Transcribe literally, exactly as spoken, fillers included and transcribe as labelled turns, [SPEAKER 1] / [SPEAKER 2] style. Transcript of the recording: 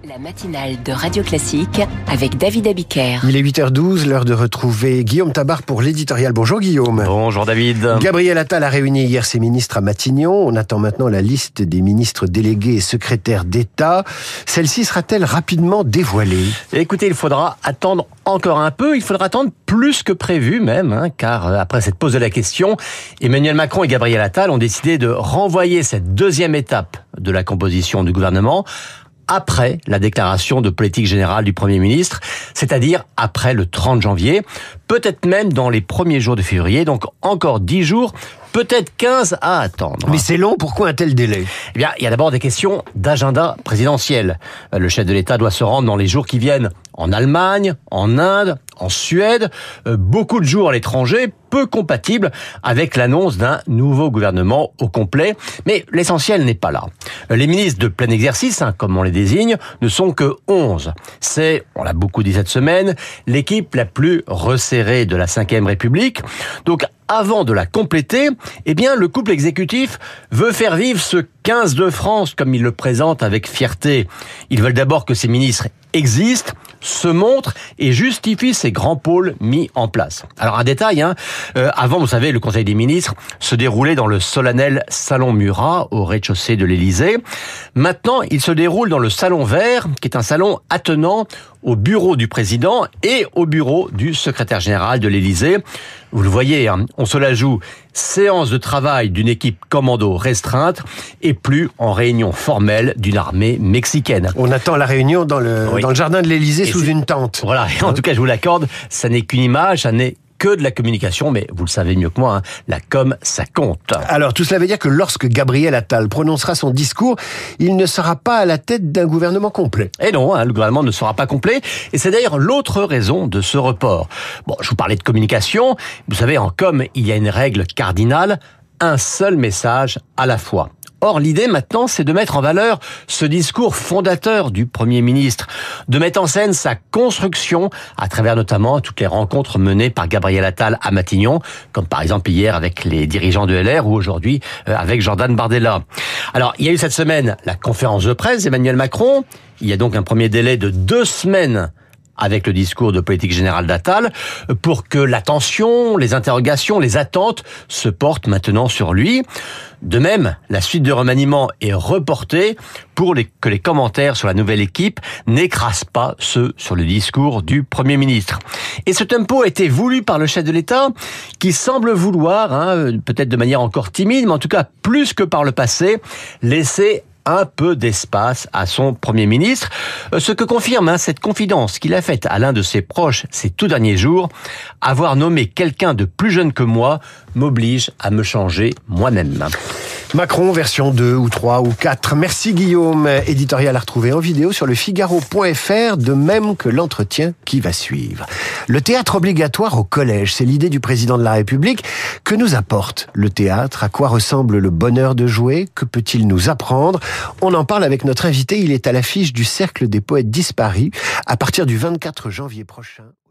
[SPEAKER 1] La matinale de Radio Classique avec David Abiker.
[SPEAKER 2] Il est huit heures douze, l'heure de retrouver Guillaume Tabar pour l'éditorial. Bonjour Guillaume.
[SPEAKER 3] Bonjour David.
[SPEAKER 2] Gabriel Attal a réuni hier ses ministres à Matignon. On attend maintenant la liste des ministres délégués et secrétaires d'État. Celle-ci sera-t-elle rapidement dévoilée ?
[SPEAKER 3] Écoutez, il faudra attendre encore un peu. Il faudra attendre plus que prévu même, hein, car après cette pose de la question, Emmanuel Macron et Gabriel Attal ont décidé de renvoyer cette deuxième étape de la composition du gouvernement après la déclaration de politique générale du Premier ministre, c'est-à-dire après le trente janvier, peut-être même dans les premiers jours de février, donc encore dix jours, peut-être quinze à attendre.
[SPEAKER 2] Mais c'est long, pourquoi un tel délai ?
[SPEAKER 3] Eh bien, il y a d'abord des questions d'agenda présidentiel. Le chef de l'État doit se rendre dans les jours qui viennent en Allemagne, en Inde, en Suède, beaucoup de jours à l'étranger, peu compatibles avec l'annonce d'un nouveau gouvernement au complet. Mais l'essentiel n'est pas là. Les ministres de plein exercice, hein, comme on les désigne, ne sont que onze. C'est, on l'a beaucoup dit cette semaine, l'équipe la plus resserrée de la cinquième République. Donc, avant de la compléter, eh bien, le couple exécutif veut faire vivre ce quinze de France, comme il le présente avec fierté. Ils veulent d'abord que ces ministres existent, se montrent et justifient ces grands pôles mis en place. Alors, un détail, hein, euh, avant, vous savez, le Conseil des ministres se déroulait dans le solennel Salon Murat, au rez-de-chaussée de l'Élysée. Maintenant, il se déroule dans le Salon Vert, qui est un salon attenant au bureau du président et au bureau du secrétaire général de l'Élysée. Vous le voyez, hein, on se la joue séance de travail d'une équipe commando restreinte et plus en réunion formelle d'une armée mexicaine.
[SPEAKER 2] On attend la réunion dans le,
[SPEAKER 3] oui.
[SPEAKER 2] dans le jardin de l'Élysée sous
[SPEAKER 3] c'est,
[SPEAKER 2] une tente.
[SPEAKER 3] Voilà, et en tout cas, je vous l'accorde, ça n'est qu'une image, ça n'est que de la communication, mais vous le savez mieux que moi, hein, la com, ça compte.
[SPEAKER 2] Alors, tout cela veut dire que lorsque Gabriel Attal prononcera son discours, il ne sera pas à la tête d'un gouvernement complet.
[SPEAKER 3] Et non, hein, le gouvernement ne sera pas complet, et c'est d'ailleurs l'autre raison de ce report. Bon, je vous parlais de communication, vous savez, en com, il y a une règle cardinale, un seul message à la fois. Or, l'idée maintenant, c'est de mettre en valeur ce discours fondateur du Premier ministre, de mettre en scène sa construction à travers notamment toutes les rencontres menées par Gabriel Attal à Matignon, comme par exemple hier avec les dirigeants de L R ou aujourd'hui avec Jordan Bardella. Alors, il y a eu cette semaine la conférence de presse d'Emmanuel Macron. Il y a donc un premier délai de deux semaines avec le discours de politique générale d'Attal, pour que l'attention, les interrogations, les attentes se portent maintenant sur lui. De même, la suite de remaniement est reportée pour les, que les commentaires sur la nouvelle équipe n'écrasent pas ceux sur le discours du Premier ministre. Et ce tempo a été voulu par le chef de l'État, qui semble vouloir, hein, peut-être de manière encore timide, mais en tout cas plus que par le passé, laisser un peu d'espace à son Premier ministre, ce que confirme hein, cette confidence qu'il a faite à l'un de ses proches ces tout derniers jours. Avoir nommé quelqu'un de plus jeune que moi m'oblige à me changer moi-même.
[SPEAKER 2] Macron, version deux ou trois ou quatre. Merci Guillaume. Éditorial à retrouver en vidéo sur le figaro point f r, de même que l'entretien qui va suivre. Le théâtre obligatoire au collège, c'est l'idée du président de la République. Que nous apporte le théâtre ? À quoi ressemble le bonheur de jouer ? Que peut-il nous apprendre ? On en parle avec notre invité. Il est à l'affiche du Cercle des poètes disparus à partir du vingt-quatre janvier prochain.